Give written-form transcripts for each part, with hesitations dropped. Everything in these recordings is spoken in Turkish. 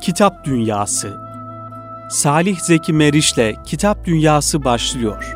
Kitap Dünyası. Salih Zeki Meriç'le Kitap Dünyası başlıyor.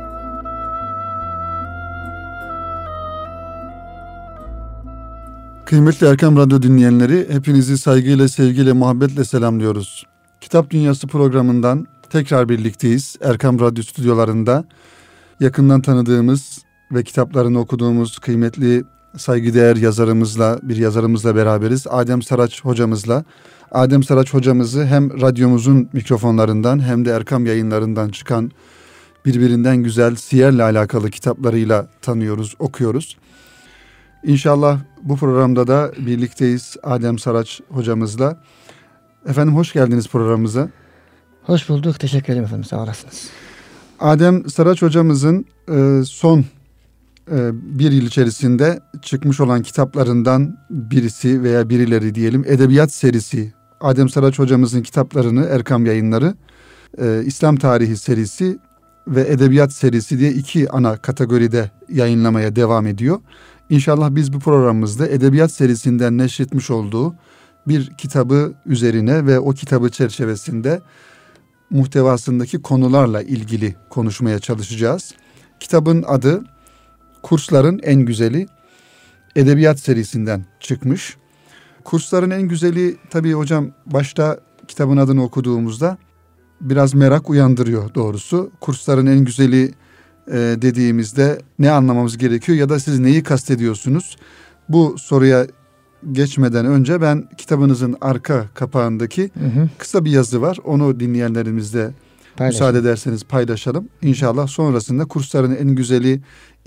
Kıymetli Erkam Radyo dinleyenleri, hepinizi saygıyla, sevgiyle, muhabbetle selamlıyoruz. Kitap Dünyası programından tekrar birlikteyiz. Erkam Radyo stüdyolarında yakından tanıdığımız ve kitaplarını okuduğumuz kıymetli, saygıdeğer yazarımızla beraberiz. Adem Saraç hocamızla. Adem Saraç hocamızı hem radyomuzun mikrofonlarından hem de Erkam yayınlarından çıkan birbirinden güzel siyerle alakalı kitaplarıyla tanıyoruz, okuyoruz. İnşallah bu programda da birlikteyiz Adem Saraç hocamızla. Efendim hoş geldiniz programımıza. Hoş bulduk. Teşekkür ederim efendim. Sağ olasınız. Adem Saraç hocamızın son bir yıl içerisinde çıkmış olan kitaplarından birisi veya birileri diyelim edebiyat serisi. Adem Saraç hocamızın kitaplarını Erkam Yayınları İslam Tarihi serisi ve edebiyat serisi diye iki ana kategoride yayınlamaya devam ediyor. İnşallah biz bu programımızda edebiyat serisinden neşretmiş olduğu bir kitabı üzerine ve o kitabı çerçevesinde muhtevasındaki konularla ilgili konuşmaya çalışacağız. Kitabın adı Kursların En Güzeli, edebiyat serisinden çıkmış. Kursların En Güzeli, tabii hocam başta kitabın adını okuduğumuzda biraz merak uyandırıyor doğrusu. Kursların En Güzeli dediğimizde ne anlamamız gerekiyor ya da siz neyi kastediyorsunuz? Bu soruya geçmeden önce ben kitabınızın arka kapağındaki kısa bir yazı var. Onu dinleyenlerimizle müsaade ederseniz paylaşalım. İnşallah sonrasında Kursların En Güzeli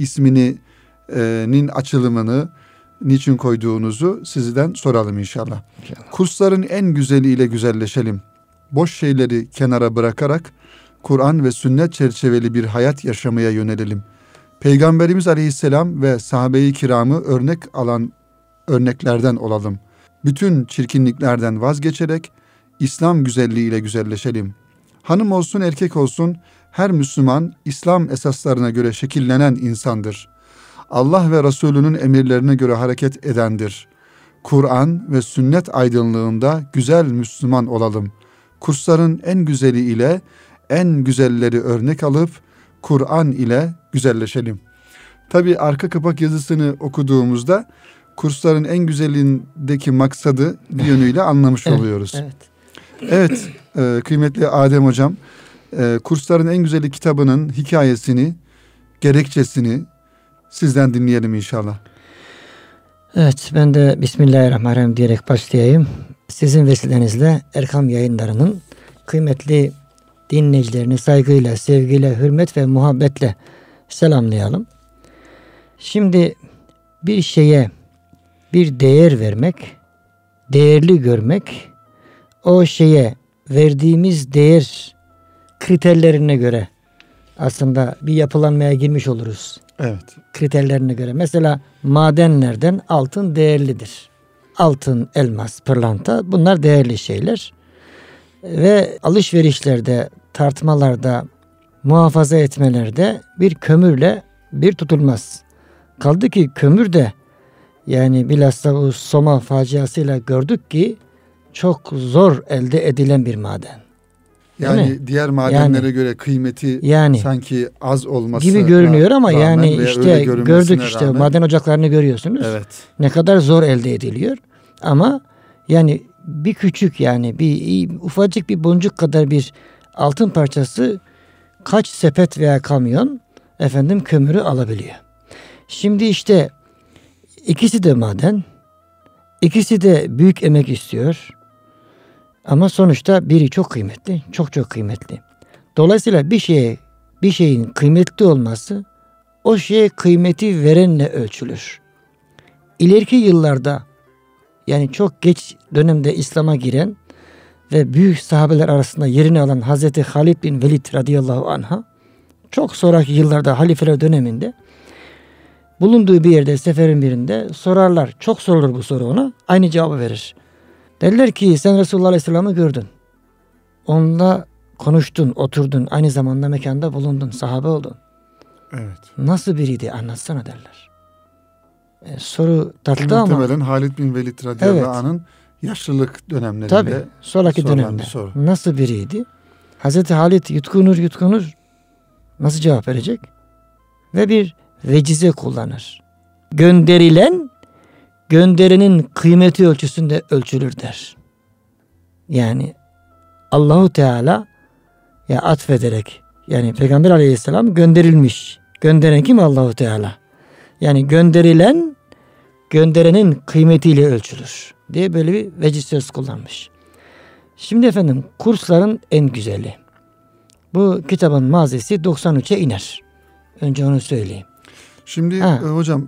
isminin açılımını niçin koyduğunuzu sizden soralım inşallah. Kursların en güzeliyle güzelleşelim. Boş şeyleri kenara bırakarak Kur'an ve sünnet çerçeveli bir hayat yaşamaya yönelelim. Peygamberimiz Aleyhisselam ve sahabe-i kiramı örnek alan örneklerden olalım. Bütün çirkinliklerden vazgeçerek İslam güzelliğiyle güzelleşelim. Hanım olsun erkek olsun her Müslüman İslam esaslarına göre şekillenen insandır. Allah ve Resulünün emirlerine göre hareket edendir. Kur'an ve sünnet aydınlığında güzel Müslüman olalım. Kursların en güzeli ile en güzelleri örnek alıp Kur'an ile güzelleşelim. Tabii arka kapak yazısını okuduğumuzda kursların en güzelindeki maksadı bir yönüyle anlamış oluyoruz. Evet, kıymetli Adem hocam, Kursların En Güzeli kitabının hikayesini, gerekçesini sizden dinleyelim inşallah. Evet, ben de Bismillahirrahmanirrahim diyerek başlayayım. Sizin vesilenizle Erkam Yayınları'nın kıymetli dinleyicilerini saygıyla, sevgiyle, hürmet ve muhabbetle selamlayalım. Şimdi bir şeye bir değer vermek, değerli görmek, o şeye verdiğimiz değer kriterlerine göre aslında bir yapılanmaya girmiş oluruz. Evet. Kriterlerine göre. Mesela madenlerden altın değerlidir. Altın, elmas, pırlanta bunlar değerli şeyler. Ve alışverişlerde, tartmalarda, muhafaza etmelerde bir kömürle bir tutulmaz. Kaldı ki kömür de yani bilhassa bu Soma faciasıyla gördük ki çok zor elde edilen bir maden. Yani diğer madenlere göre kıymeti sanki az olması gibi görünüyor ama yani işte gördük işte rağmen, maden ocaklarını görüyorsunuz. Evet. Ne kadar zor elde ediliyor. Ama yani bir küçük yani bir ufacık bir boncuk kadar bir altın parçası kaç sepet veya kamyon kömürü alabiliyor. Şimdi işte ikisi de maden, ikisi de büyük emek istiyor. Ama sonuçta biri çok kıymetli, çok kıymetli. Dolayısıyla bir şeyin kıymetli olması o şeye kıymeti verenle ölçülür. İleriki yıllarda yani çok geç dönemde İslam'a giren ve büyük sahabeler arasında yerini alan Hazreti Halid bin Velid radıyallahu anh'a çok sonraki yıllarda halifeler döneminde bulunduğu bir yerde seferin birinde sorarlar. Çok sorulur bu soru ona. Aynı cevabı verir. Derler ki sen Resulullah Aleyhisselam'ı gördün. Onunla konuştun, oturdun. Aynı zamanda mekanda bulundun. Sahabe oldun. Evet. Nasıl biriydi anlatsana derler. Soru tatlı ama. Muhtemelen Halid bin Velid radıyallahu anh'ın yaşlılık dönemlerinde. Tabii, sonraki dönemde. Nasıl biriydi? Hazreti Halit yutkunur nasıl cevap verecek? Ve bir vecize kullanır. Gönderenin kıymeti ölçüsünde ölçülür der. Yani Allahu Teala ya atfederek, yani Peygamber Aleyhisselam gönderilmiş. Gönderen kim? Allahu Teala. Yani gönderenin kıymetiyle ölçülür diye böyle bir veciz söz kullanmış. Şimdi efendim, kursların en güzeli. Bu kitabın mazisi 93'e iner. Önce onu söyleyeyim. Şimdi hocam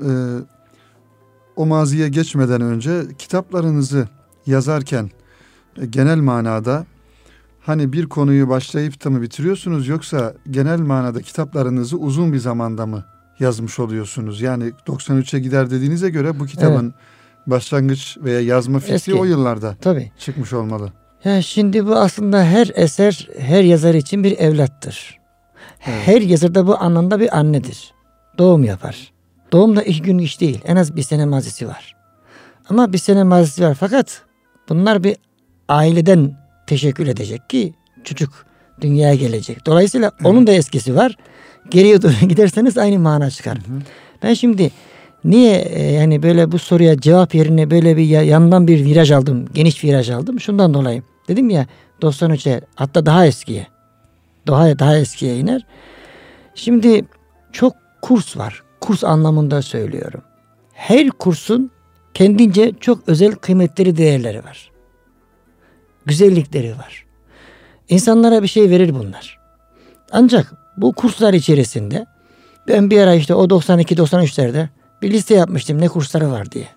o maziye geçmeden önce kitaplarınızı yazarken genel manada hani bir konuyu başlayıp da mı bitiriyorsunuz, yoksa genel manada kitaplarınızı uzun bir zamanda mı yazmış oluyorsunuz? Yani 93'e gider dediğinize göre bu kitabın başlangıç veya yazma fikri eski, o yıllarda çıkmış olmalı. Ya şimdi bu aslında her eser, her yazar için bir evlattır. Evet. Her yazar da bu anlamda bir annedir. Doğum yapar. Doğum da 2 gün iş değil. En az 1 sene mazisi var. Ama 1 sene mazisi var. Fakat bunlar bir aileden teşekkür edecek ki çocuk dünyaya gelecek. Dolayısıyla onun da eskisi var. Geriye doğru giderseniz aynı mana çıkar. Ben şimdi niye yani böyle bu soruya cevap yerine böyle bir yandan bir viraj aldım. Geniş viraj aldım. Şundan dolayı. Dedim ya 93'e, hatta daha eskiye. Daha eskiye iner. Şimdi çok kurs var. Kurs anlamında söylüyorum. Her kursun kendince çok özel kıymetleri, değerleri var. Güzellikleri var. İnsanlara bir şey verir bunlar. Ancak bu kurslar içerisinde ben bir ara işte o 92-93'lerde bir liste yapmıştım ne kursları var diye.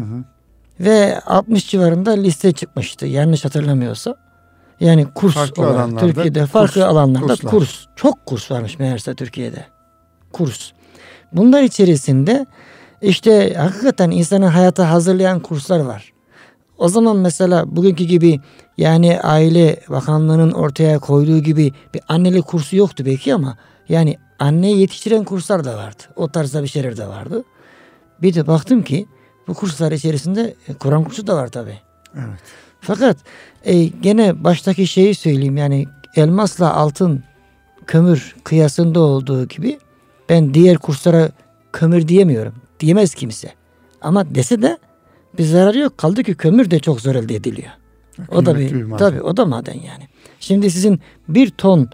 Ve 60 civarında liste çıkmıştı yanlış hatırlamıyorsam. Yani kurs farklı olarak Türkiye'de farklı alanlarda kurs. Çok kurs varmış meğerse Türkiye'de. Kurs. Bunlar içerisinde işte hakikaten insanı hayata hazırlayan kurslar var. O zaman mesela bugünkü gibi yani Aile Bakanlığı'nın ortaya koyduğu gibi bir annelik kursu yoktu belki ama yani anneyi yetiştiren kurslar da vardı. O tarzda bir şeyler de vardı. Bir de baktım ki bu kurslar içerisinde Kur'an kursu da var tabii. Evet. Fakat gene baştaki şeyi söyleyeyim, yani elmasla altın, kömür kıyasında olduğu gibi ben diğer kurslara kömür diyemiyorum. Diyemez kimse. Ama dese de bir zararı yok. Kaldı ki kömür de çok zor elde ediliyor. O da o da maden yani. Şimdi sizin bir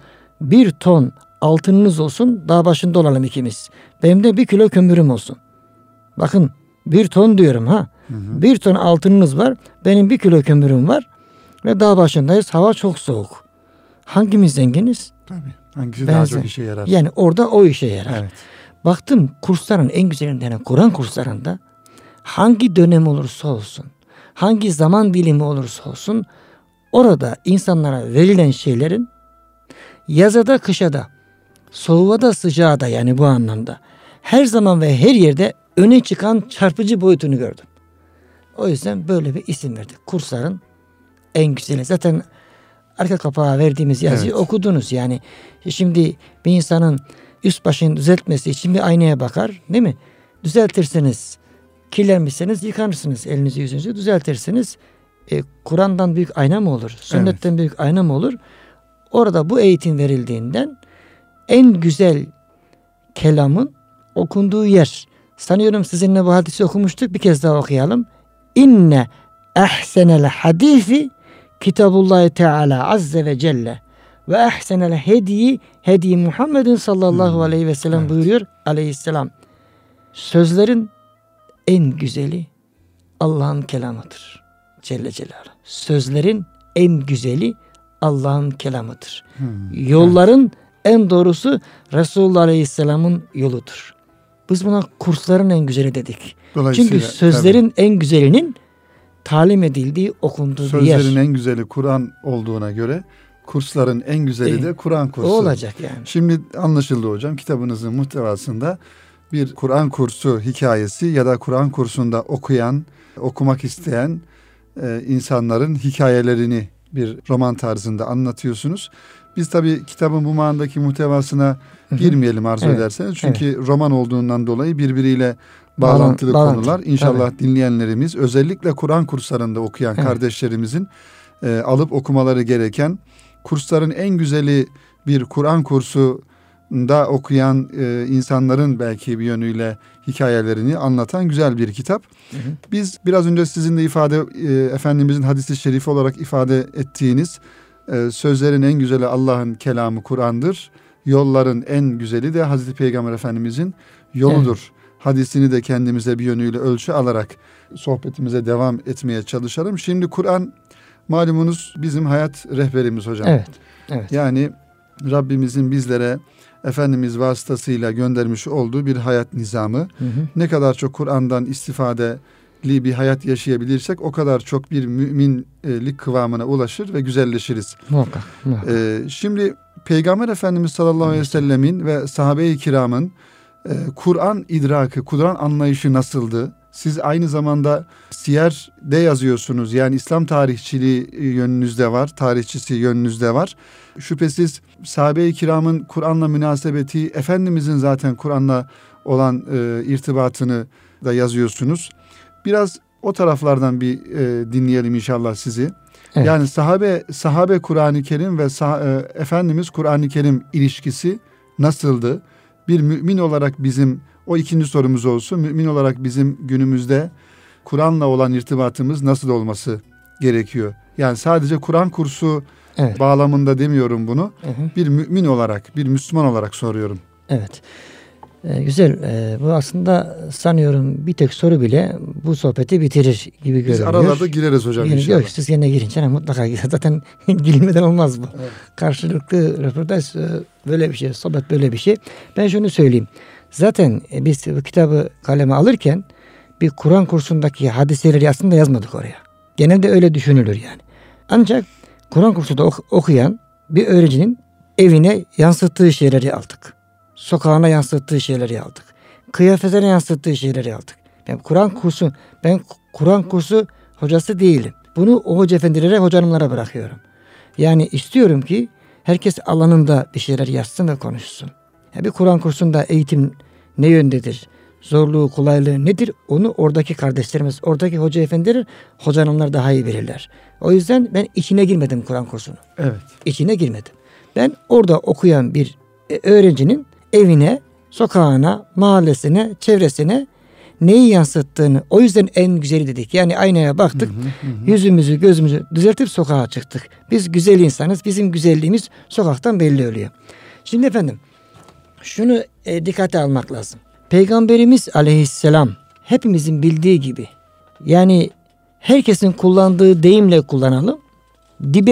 ton altınınız olsun, dağ başında olalım ikimiz. Benim de 1 kilo kömürüm olsun. Bakın 1 ton diyorum ha. 1 ton altınınız var. Benim 1 kilo kömürüm var. Ve dağ başındayız. Hava çok soğuk. Hangimiz zenginiz? Tabii. Hangisi daha çok işe yarar? Yani orada o işe yarar. Evet. Baktım kursların en güzelinden Kur'an kurslarında hangi dönem olursa olsun, hangi zaman dilimi olursa olsun orada insanlara verilen şeylerin yazada kışada, soğuğa da sıcağa da, yani bu anlamda her zaman ve her yerde öne çıkan çarpıcı boyutunu gördüm. O yüzden böyle bir isim verdik. Kursların en güzeli. Zaten arka kapağa verdiğimiz yazıyı okudunuz. Yani şimdi bir insanın üst başını düzeltmesi için bir aynaya bakar, değil mi? Düzeltirseniz, kirlenmişseniz yıkanırsınız, elinizi yüzünüzü düzeltirsiniz. Kur'an'dan büyük ayna mı olur? Sünnetten büyük ayna mı olur? Orada bu eğitim verildiğinden en güzel kelamın okunduğu yer. Sanıyorum sizinle bu hadisi okumuştuk. Bir kez daha okuyalım. İnne ehsenel hadisi kitabullahi teala azze ve celle ve ehsenel hediyi Muhammedin sallallahu aleyhi ve sellem buyuruyor aleyhisselam. Sözlerin en güzeli Allah'ın kelamıdır. Celle Celaluhu. Sözlerin en güzeli Allah'ın kelamıdır. Yolların en doğrusu Resulullah Aleyhisselam'ın yoludur. Biz buna kursların en güzeli dedik. Çünkü sözlerin en güzelinin talim edildiği, okunduğu bir yer. Sözlerin en güzeli Kur'an olduğuna göre kursların en güzeli de Kur'an kursu. O olacak yani. Şimdi anlaşıldı hocam. Kitabınızın muhtevasında bir Kur'an kursu hikayesi ya da Kur'an kursunda okumak isteyen insanların hikayelerini bir roman tarzında anlatıyorsunuz. Biz tabii kitabın bu manadaki muhtevasına girmeyelim arzu ederseniz. Çünkü roman olduğundan dolayı birbiriyle bağlantılı konular. İnşallah dinleyenlerimiz, özellikle Kur'an kurslarında okuyan kardeşlerimizin alıp okumaları gereken, kursların en güzeli bir Kur'an kursunda okuyan insanların belki bir yönüyle hikayelerini anlatan güzel bir kitap. Biz biraz önce sizin de Efendimizin hadisi şerifi olarak ifade ettiğiniz sözlerin en güzeli Allah'ın kelamı Kur'an'dır. Yolların en güzeli de Hazreti Peygamber Efendimizin yoludur. Hadisini de kendimize bir yönüyle ölçü alarak sohbetimize devam etmeye çalışalım. Şimdi Kur'an malumunuz bizim hayat rehberimiz hocam. Evet. Yani Rabbimizin bizlere Efendimiz vasıtasıyla göndermiş olduğu bir hayat nizamı. Ne kadar çok Kur'an'dan istifadeli bir hayat yaşayabilirsek o kadar çok bir müminlik kıvamına ulaşır ve güzelleşiriz. Muhakkak. Şimdi Peygamber Efendimiz sallallahu aleyhi ve sellemin ve sahabe-i kiramın Kur'an idrakı, Kur'an anlayışı nasıldı? Siz aynı zamanda siyerde yazıyorsunuz. Yani İslam tarihçiliği yönünüzde var, tarihçisi yönünüzde var. Şüphesiz sahabe-i kiramın Kur'an'la münasebeti, Efendimizin zaten Kur'an'la olan irtibatını da yazıyorsunuz. Biraz o taraflardan bir dinleyelim inşallah sizi. Evet. Yani sahabe Kur'an-ı Kerim ve Efendimiz Kur'an-ı Kerim ilişkisi nasıldı? Bir mümin olarak bizim, o ikinci sorumuz olsun, mümin olarak bizim günümüzde Kur'an'la olan irtibatımız nasıl olması gerekiyor? Yani sadece Kur'an kursu bağlamında demiyorum bunu. Bir mümin olarak, bir Müslüman olarak soruyorum. Evet. Güzel. Bu aslında sanıyorum bir tek soru bile bu sohbeti bitirir gibi görünüyor. Biz aralarda gireriz hocam inşallah. Yok, siz yine girin canım, mutlaka girin. Zaten girmeden olmaz bu. Evet. Karşılıklı röportaj böyle bir şey, sohbet böyle bir şey. Ben şunu söyleyeyim. Zaten biz bu kitabı kaleme alırken bir Kur'an kursundaki hadiseleri aslında yazmadık oraya. Genelde öyle düşünülür yani. Ancak Kur'an kursunda okuyan bir öğrencinin evine yansıttığı şeyleri aldık. Sokağına yansıttığı şeyleri aldık. Kıyafetine yansıttığı şeyleri aldık. Ben Kur'an kursu hocası değilim. Bunu o hoca efendilere, hoca hanımlara bırakıyorum. Yani istiyorum ki herkes alanında bir şeyler yazsın ve konuşsun. Yani bir Kur'an kursunda eğitim ne yöndedir? Zorluğu, kolaylığı nedir? Onu oradaki kardeşlerimiz, oradaki hoca efendiler, hoca hanımlar daha iyi bilirler. O yüzden ben içine girmedim Kur'an kursunun. Evet. İçine girmedim. Ben orada okuyan bir öğrencinin evine, sokağına, mahallesine, çevresine neyi yansıttığını, o yüzden en güzeli dedik. Yani aynaya baktık, yüzümüzü, gözümüzü düzeltip sokağa çıktık. Biz güzel insanız, bizim güzelliğimiz sokaktan belli oluyor. Şimdi efendim, şunu dikkate almak lazım. Peygamberimiz aleyhisselam hepimizin bildiği gibi, yani herkesin kullandığı deyimle kullanalım, dibe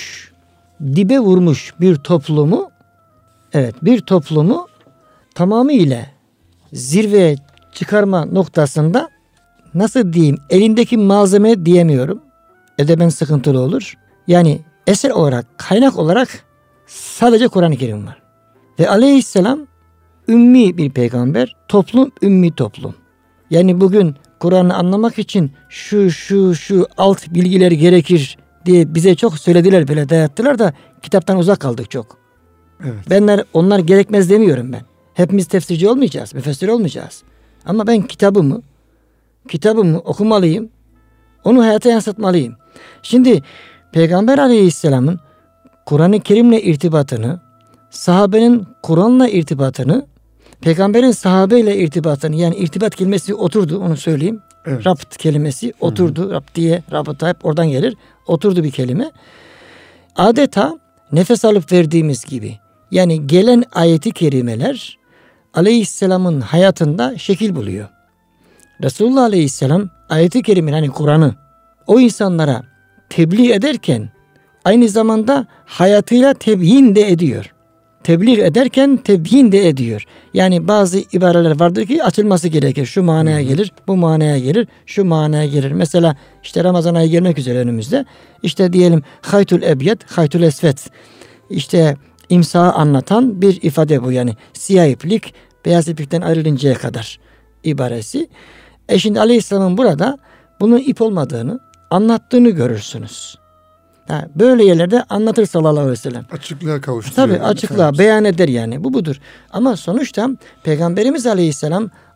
vurmuş bir toplumu, bir toplumu tamamıyla zirveye çıkarma noktasında, nasıl diyeyim, elindeki malzeme diyemiyorum. Edeben sıkıntılı olur. Yani eser olarak, kaynak olarak sadece Kur'an-ı Kerim var. Ve aleyhisselam ümmi bir peygamber, toplum ümmi toplum. Yani bugün Kur'an'ı anlamak için şu alt bilgiler gerekir diye bize çok söylediler, böyle dayattılar da kitaptan uzak kaldık çok. Evet. Onlar gerekmez demiyorum ben. Hepimiz tefsirci olmayacağız, müfessir olmayacağız. Ama ben kitabımı okumalıyım. Onu hayata yansıtmalıyım. Şimdi Peygamber Aleyhisselam'ın Kur'an-ı Kerim'le irtibatını, sahabenin Kur'an'la irtibatını, peygamberin sahabeyle irtibatını, yani irtibat kelimesi oturdu, onu söyleyeyim. Evet. Rabt kelimesi oturdu. Rabt diye, rabıta hep oradan gelir. Oturdu bir kelime. Adeta nefes alıp verdiğimiz gibi. Yani gelen ayeti kerimeler Aleyhisselam'ın hayatında şekil buluyor. Resulullah Aleyhisselam ayeti kerime, hani Kur'an'ı o insanlara tebliğ ederken aynı zamanda hayatıyla tebyin de ediyor. Tebliğ ederken tebyin de ediyor. Yani bazı ibareler vardır ki açılması gerekir. Şu manaya gelir, bu manaya gelir, şu manaya gelir. Mesela işte Ramazan ayı gelmek üzere önümüzde. İşte diyelim haytul ebyed, haytul esvet. İşte imsahı anlatan bir ifade bu, yani siyah iplik beyaz iplikten ayrılıncaya kadar ibaresi. Şimdi Aleyhisselam'ın burada bunun ip olmadığını anlattığını görürsünüz. Böyle yerlerde anlatır sallallahu aleyhi ve sellem. Açıklığa kavuşturuyor. Tabii açıklığa beyan eder, yani bu budur. Ama sonuçta Peygamberimiz Aleyhisselam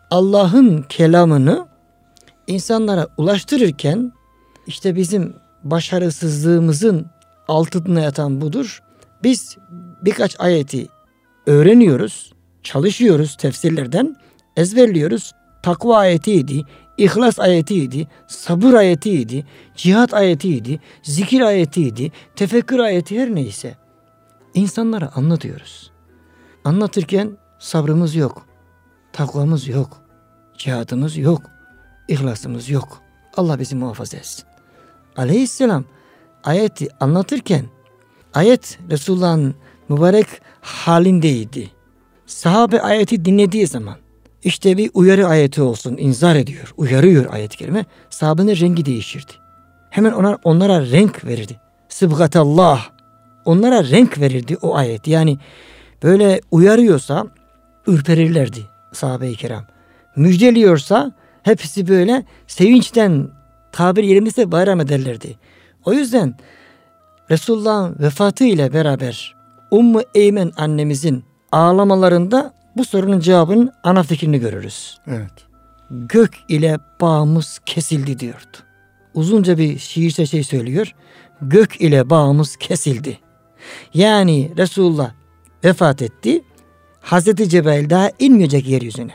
Allah'ın kelamını insanlara ulaştırırken işte bizim başarısızlığımızın altında yatan budur. Biz birkaç ayeti öğreniyoruz, çalışıyoruz tefsirlerden, ezberliyoruz. Takva ayetiydi, İhlas ayetiydi, sabır ayetiydi, cihat ayetiydi, zikir ayetiydi, tefekkür ayeti her neyse. İnsanlara anlatıyoruz. Anlatırken sabrımız yok, takvamız yok, cihadımız yok, ihlasımız yok. Allah bizi muhafaza etsin. Aleyhisselam ayeti anlatırken ayet Resulullah'ın mübarek halindeydi. Sahabe ayeti dinlediği zaman işte bir uyarı ayeti olsun, inzar ediyor, uyarıyor ayet-i kerime. Sahabenin rengi değişirdi. Hemen onlara renk verirdi. Sıbgatallah. Onlara renk verirdi o ayet. Yani böyle uyarıyorsa ürperirlerdi sahabe-i kiram. Müjdeliyorsa hepsi böyle sevinçten, tabir yerimizde bayram ederlerdi. O yüzden Resulullah'ın vefatı ile beraber Ummu Eymen annemizin ağlamalarında bu sorunun cevabının ana fikrini görürüz. Evet. Gök ile bağımız kesildi diyordu. Uzunca bir şiirse söylüyor. Gök ile bağımız kesildi. Yani Resulullah vefat etti. Hazreti Cebrail daha inmeyecek yeryüzüne.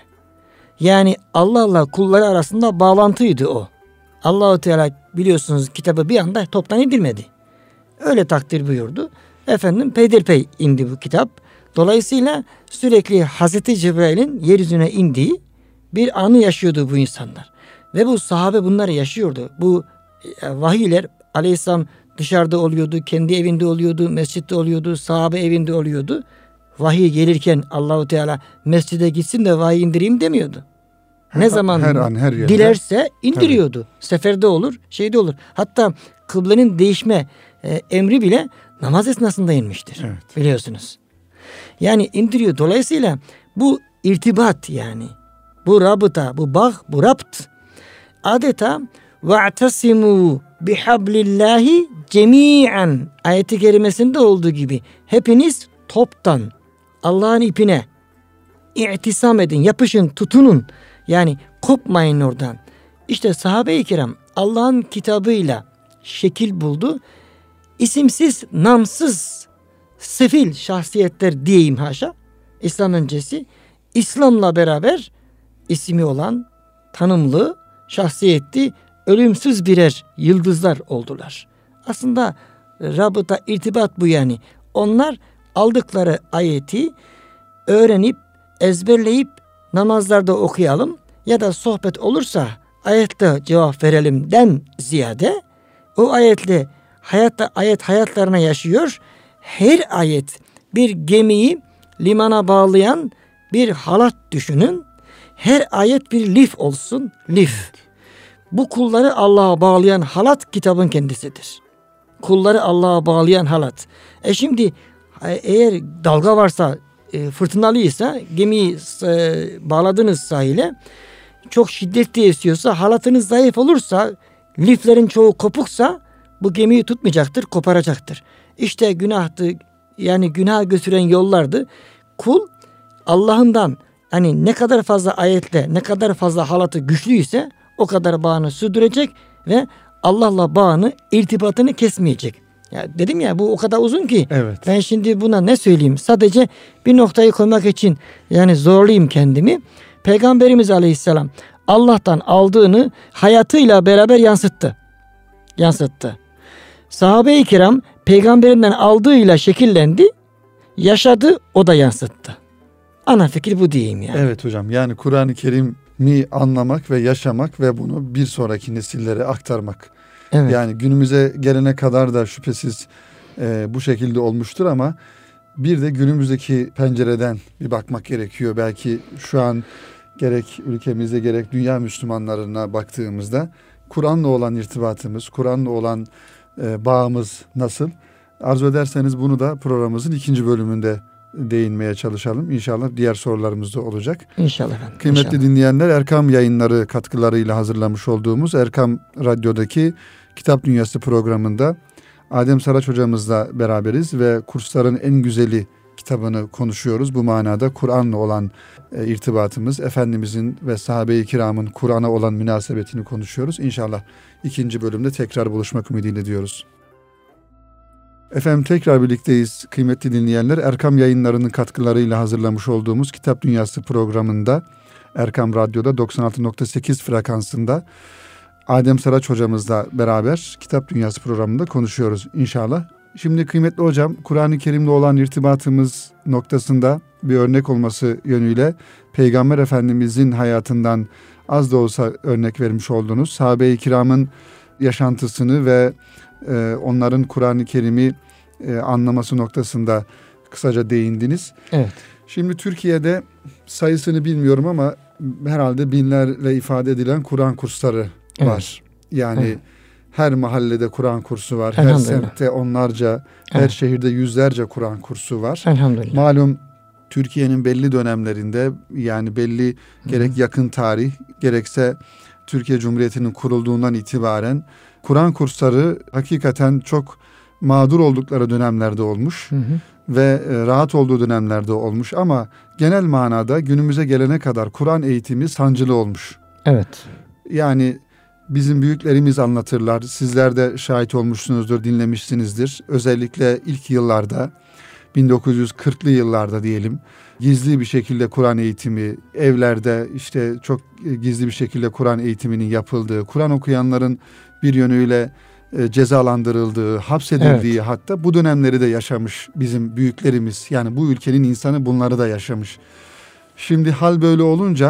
Yani Allah'la kulları arasında bağlantıydı o. Allah-u Teala biliyorsunuz kitabı bir anda toptan indirmedi. Öyle takdir buyurdu. Efendim peyderpey indi bu kitap. Dolayısıyla sürekli Hazreti Cebrail'in yeryüzüne indiği bir anı yaşıyordu bu insanlar. Ve bu sahabe bunları yaşıyordu. Bu vahiyler Aleyhisselam dışarıda oluyordu, kendi evinde oluyordu, mescitte oluyordu, sahabe evinde oluyordu. Vahiy gelirken Allahu Teala mescide gitsin de vahiy indireyim demiyordu. Ne zaman her an, her yerde dilerse indiriyordu. Tabii. Seferde olur, şeyde olur. Hatta kıblenin değişme emri bile namaz esnasında inmiştir. Evet. Biliyorsunuz. Yani indiriyor. Dolayısıyla bu irtibat yani. Bu rabıta, bu bağ, bu rabt adeta وَاَعْتَصِمُوا بِحَبْلِ cemiyen ayeti kerimesinde olduğu gibi hepiniz toptan Allah'ın ipine i'tisam edin, yapışın, tutunun. Yani kopmayın oradan. İşte sahabe-i kiram Allah'ın kitabıyla şekil buldu. İsimsiz, namsız, sefil şahsiyetler diyeyim haşa. İslam öncesi İslam'la beraber ismi olan tanımlı şahsiyetli ölümsüz birer yıldızlar oldular. Aslında rabıta, irtibat bu yani. Onlar aldıkları ayeti öğrenip, ezberleyip namazlarda okuyalım ya da sohbet olursa ayette cevap verelimden ziyade o ayetle ayet hayatlarına yaşıyor. Her ayet bir gemiyi limana bağlayan bir halat düşünün. Her ayet bir lif olsun. Lif. Bu kulları Allah'a bağlayan halat kitabın kendisidir. Kulları Allah'a bağlayan halat. Şimdi eğer dalga varsa, fırtınalıysa, gemiyi bağladınız sahile, çok şiddetli esiyorsa, halatınız zayıf olursa, liflerin çoğu kopuksa bu gemiyi tutmayacaktır, koparacaktır. İşte günahtı, yani günaha götüren yollardı. Kul Allah'ından hani ne kadar fazla ayetle, ne kadar fazla halatı güçlüyse o kadar bağını sürdürecek ve Allah'la bağını, irtibatını kesmeyecek. Ya dedim ya bu o kadar uzun ki evet. Ben şimdi buna ne söyleyeyim? Sadece bir noktayı koymak için yani zorlayayım kendimi. Peygamberimiz Aleyhisselam Allah'tan aldığını hayatıyla beraber yansıttı. Sahabe-i kiram peygamberinden aldığıyla şekillendi, yaşadı, o da yansıttı. Ana fikir bu diyeyim yani. Evet hocam, yani Kur'an-ı Kerim'i anlamak ve yaşamak ve bunu bir sonraki nesillere aktarmak. Evet. Yani günümüze gelene kadar da şüphesiz bu şekilde olmuştur ama bir de günümüzdeki pencereden bir bakmak gerekiyor. Belki şu an gerek ülkemizde gerek dünya Müslümanlarına baktığımızda Kur'an'la olan irtibatımız, Kur'an'la olan bağımız nasıl? Arzu ederseniz bunu da programımızın 2. bölümünde değinmeye çalışalım. İnşallah diğer sorularımız da olacak. İnşallah efendim. Kıymetli İnşallah. Dinleyenler, Erkam Yayınları katkılarıyla hazırlamış olduğumuz Erkam Radyo'daki Kitap Dünyası programında Adem Saraç hocamızla beraberiz ve kursların en güzeli kitabını konuşuyoruz. Bu manada Kur'an'la olan irtibatımız, Efendimizin ve sahabe-i kiramın Kur'an'a olan münasebetini konuşuyoruz. İnşallah ikinci bölümde tekrar buluşmak ümidiyle diyoruz. Efendim tekrar birlikteyiz kıymetli dinleyenler. Erkam Yayınları'nın katkılarıyla hazırlamış olduğumuz Kitap Dünyası programında Erkam Radyo'da 96.8 frekansında Adem Saraç hocamızla beraber Kitap Dünyası programında konuşuyoruz inşallah. Şimdi kıymetli hocam, Kur'an-ı Kerim'le olan irtibatımız noktasında bir örnek olması yönüyle Peygamber Efendimizin hayatından az da olsa örnek vermiş oldunuz. Sahabe-i kiramın yaşantısını ve onların Kur'an-ı Kerim'i anlaması noktasında kısaca değindiniz. Evet. Şimdi Türkiye'de sayısını bilmiyorum ama herhalde binlerle ifade edilen Kur'an kursları var. Yani her mahallede Kur'an kursu var. Her semtte onlarca, her şehirde yüzlerce Kur'an kursu var. Elhamdülillah. Malum Türkiye'nin belli dönemlerinde, yani belli gerek yakın tarih gerekse Türkiye Cumhuriyeti'nin kurulduğundan itibaren Kur'an kursları hakikaten çok mağdur oldukları dönemlerde olmuş ve rahat olduğu dönemlerde olmuş ama genel manada günümüze gelene kadar Kur'an eğitimi sancılı olmuş. Evet. Yani bizim büyüklerimiz anlatırlar, sizler de şahit olmuşsunuzdur, dinlemişsinizdir. Özellikle ilk yıllarda, 1940'lı yıllarda diyelim, gizli bir şekilde Kur'an eğitimi, evlerde işte çok gizli bir şekilde Kur'an eğitiminin yapıldığı, Kur'an okuyanların bir yönüyle cezalandırıldığı, hapsedildiği, hatta bu dönemleri de yaşamış bizim büyüklerimiz. Yani bu ülkenin insanı bunları da yaşamış. Şimdi hal böyle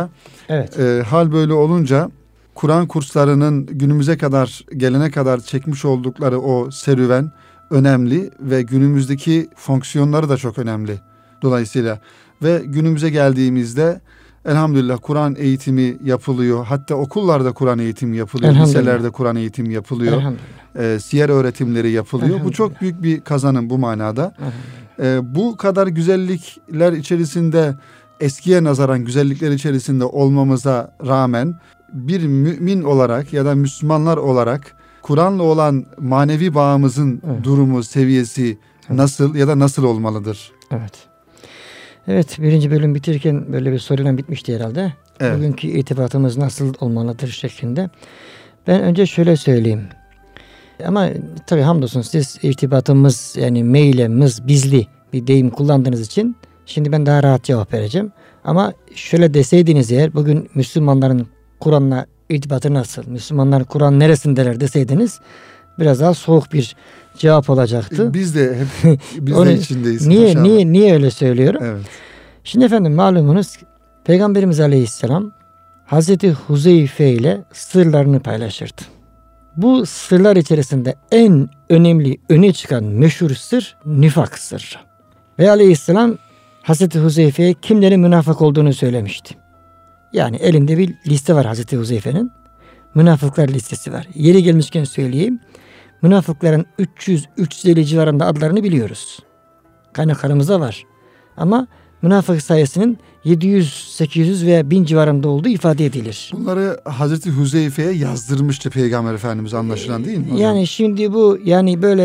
olunca Kur'an kurslarının günümüze kadar gelene kadar çekmiş oldukları o serüven önemli ve günümüzdeki fonksiyonları da çok önemli. Dolayısıyla ve günümüze geldiğimizde elhamdülillah Kur'an eğitimi yapılıyor. Hatta okullarda Kur'an eğitimi yapılıyor. Liselerde Kur'an eğitimi yapılıyor. Siyer öğretimleri yapılıyor. Bu çok büyük bir kazanım bu manada. Bu kadar güzellikler içerisinde, eskiye nazaran güzellikler içerisinde olmamıza rağmen bir mümin olarak ya da Müslümanlar olarak Kur'an'la olan manevi bağımızın durumu, seviyesi nasıl ya da nasıl olmalıdır? Evet, birinci bölüm bitirirken böyle bir soruyla bitmişti herhalde. Bugünkü irtibatımız nasıl olmalıdır şeklinde. Ben önce şöyle söyleyeyim. Ama tabii hamdolsun siz irtibatımız, yani meylemiz, bizli bir deyim kullandığınız için şimdi ben daha rahat cevap vereceğim. Ama şöyle deseydiniz eğer, bugün Müslümanların Kur'an'la irtibatı nasıl, Müslümanlar Kur'an neresindeler deseydiniz biraz daha soğuk bir cevap olacaktı. Biz de içindeyiz. Niye öyle söylüyorum? Evet. Şimdi efendim malumunuz Peygamberimiz Aleyhisselam Hazreti Huzeyfe ile sırlarını paylaşırdı. Bu sırlar içerisinde en önemli, öne çıkan meşhur sır nifak sırrı. Ve Aleyhisselam Hazreti Huzeyfe'ye kimlerin münafık olduğunu söylemişti. Yani elinde bir liste var Hazreti Huzeyfe'nin. Münafıklar listesi var. Yeri gelmişken söyleyeyim. Münafıkların 300-350 civarında adlarını biliyoruz. Kaynaklarımızda var. Ama münafık sayısının 700-800 veya 1000 civarında olduğu ifade edilir. Bunları Hazreti Huzeyfe'ye yazdırmıştı Peygamber Efendimiz, anlaşılan değil mi hocam? Yani şimdi bu böyle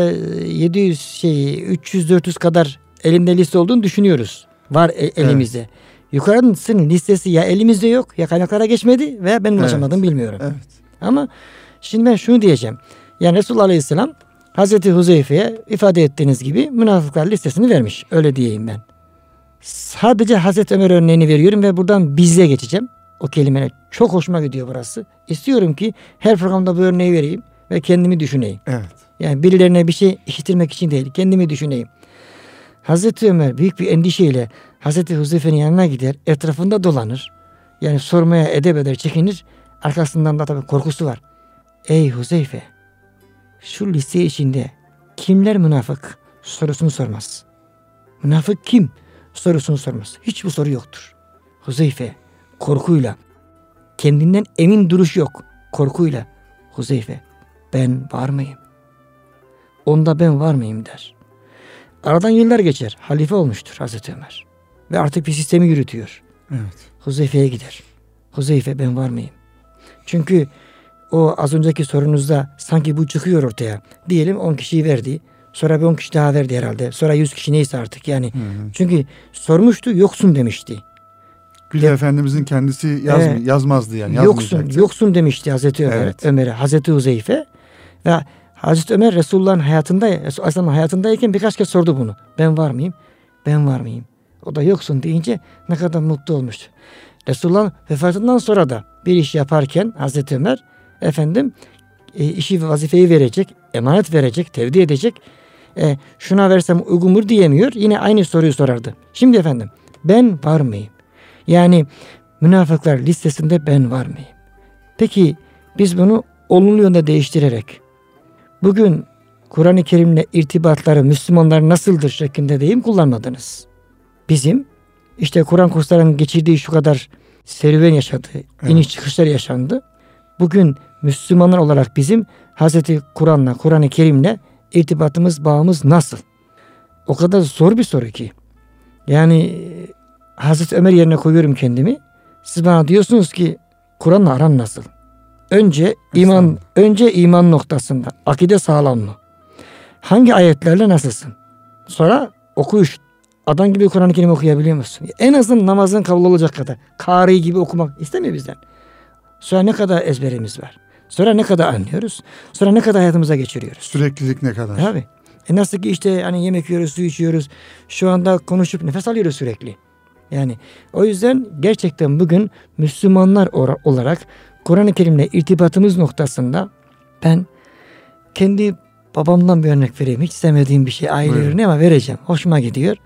300-400 kadar elimde liste olduğunu düşünüyoruz. Var elimizde. Evet. Yukarısının listesi ya elimizde yok, ya kaynaklara geçmedi veya benim ulaşamadığım bilmiyorum. Evet. Ama şimdi ben şunu diyeceğim. Yani Resulullah Aleyhisselam Hazreti Huzeyfe'ye ifade ettiğiniz gibi münafıklar listesini vermiş. Öyle diyeyim ben. Sadece Hazreti Ömer örneğini veriyorum ve buradan bizle geçeceğim. O kelimeler çok hoşuma gidiyor burası. İstiyorum ki her programda bu örneği vereyim ve kendimi düşüneyim. Evet. Yani birilerine bir şey işitirmek için değil, kendimi düşüneyim. Hazreti Ömer büyük bir endişeyle Hazreti Huzeyfe'nin yanına gider, etrafında dolanır. Yani sormaya edep eder, çekinir. Arkasından da tabii korkusu var. Ey Huzeyfe, şu liste içinde kimler münafık sorusunu sormaz. Münafık kim sorusunu sormaz. Hiç bu soru yoktur. Huzeyfe korkuyla, kendinden emin duruş yok. Korkuyla, Huzeyfe ben var mıyım? Onda ben var mıyım der. Aradan yıllar geçer. Halife olmuştur Hazreti Ömer. Ve artık bir sistemi yürütüyor. Evet. Huzeyfe'ye gider. Huzeyfe ben var mıyım? Çünkü o az önceki sorunuzda sanki bu çıkıyor ortaya. Diyelim 10 kişiyi verdi. Sonra bir 10 kişi daha verdi herhalde. Sonra 100 kişi neyse artık yani. Çünkü sormuştu, yoksun demişti. Güya Efendimizin kendisi yazmazdı yani. Yoksun demişti Hazreti Ömer'e. Hazreti Huzeyfe. Ve Hazreti Ömer Resulullah'ın hayatındayken birkaç kez sordu bunu. Ben var mıyım? Ben var mıyım? O da yoksun deyince ne kadar mutlu olmuştu. Resulullah'ın vefatından sonra da bir iş yaparken Hazreti Ömer işi ve vazifeyi verecek, emanet verecek, tevdi edecek. Şuna versem uygundur diyemiyor. Yine aynı soruyu sorardı. Şimdi efendim ben var mıyım? Yani münafıklar listesinde ben var mıyım? Peki biz bunu olumlu yönde değiştirerek bugün Kur'an-ı Kerim'le irtibatları Müslümanlar nasıldır şeklinde deyim kullanmadınız. Bizim işte Kur'an kurslarının geçirdiği şu kadar serüven yaşadı, iniş çıkışlar yaşandı. Bugün Müslümanlar olarak bizim Hazreti Kur'an'la, Kur'an-ı Kerim'le irtibatımız, bağımız nasıl? O kadar zor bir soru ki. Yani Hazreti Ömer yerine koyuyorum kendimi. Siz bana diyorsunuz ki Kur'an'la aran nasıl? Önce iman noktasında akide sağlam mı? Hangi ayetlerle nasılsın? Sonra okuyuş. Adam gibi Kur'an-ı Kerim okuyabiliyor musun? En azından namazın kabul olacak kadar. Kari gibi okumak istemiyor bizden. Sonra ne kadar ezberimiz var? Sonra ne kadar anlıyoruz? Sonra ne kadar hayatımıza geçiriyoruz? Süreklilik ne kadar? Tabii. Nasıl ki işte hani yemek yiyoruz, su içiyoruz. Şu anda konuşup nefes alıyoruz sürekli. Yani o yüzden gerçekten bugün Müslümanlar olarak Kur'an-ı Kerim'le irtibatımız noktasında ben kendi babamdan bir örnek vereyim. Hiç sevmediğim bir şey aile örneği ama vereceğim. Hoşuma gidiyor.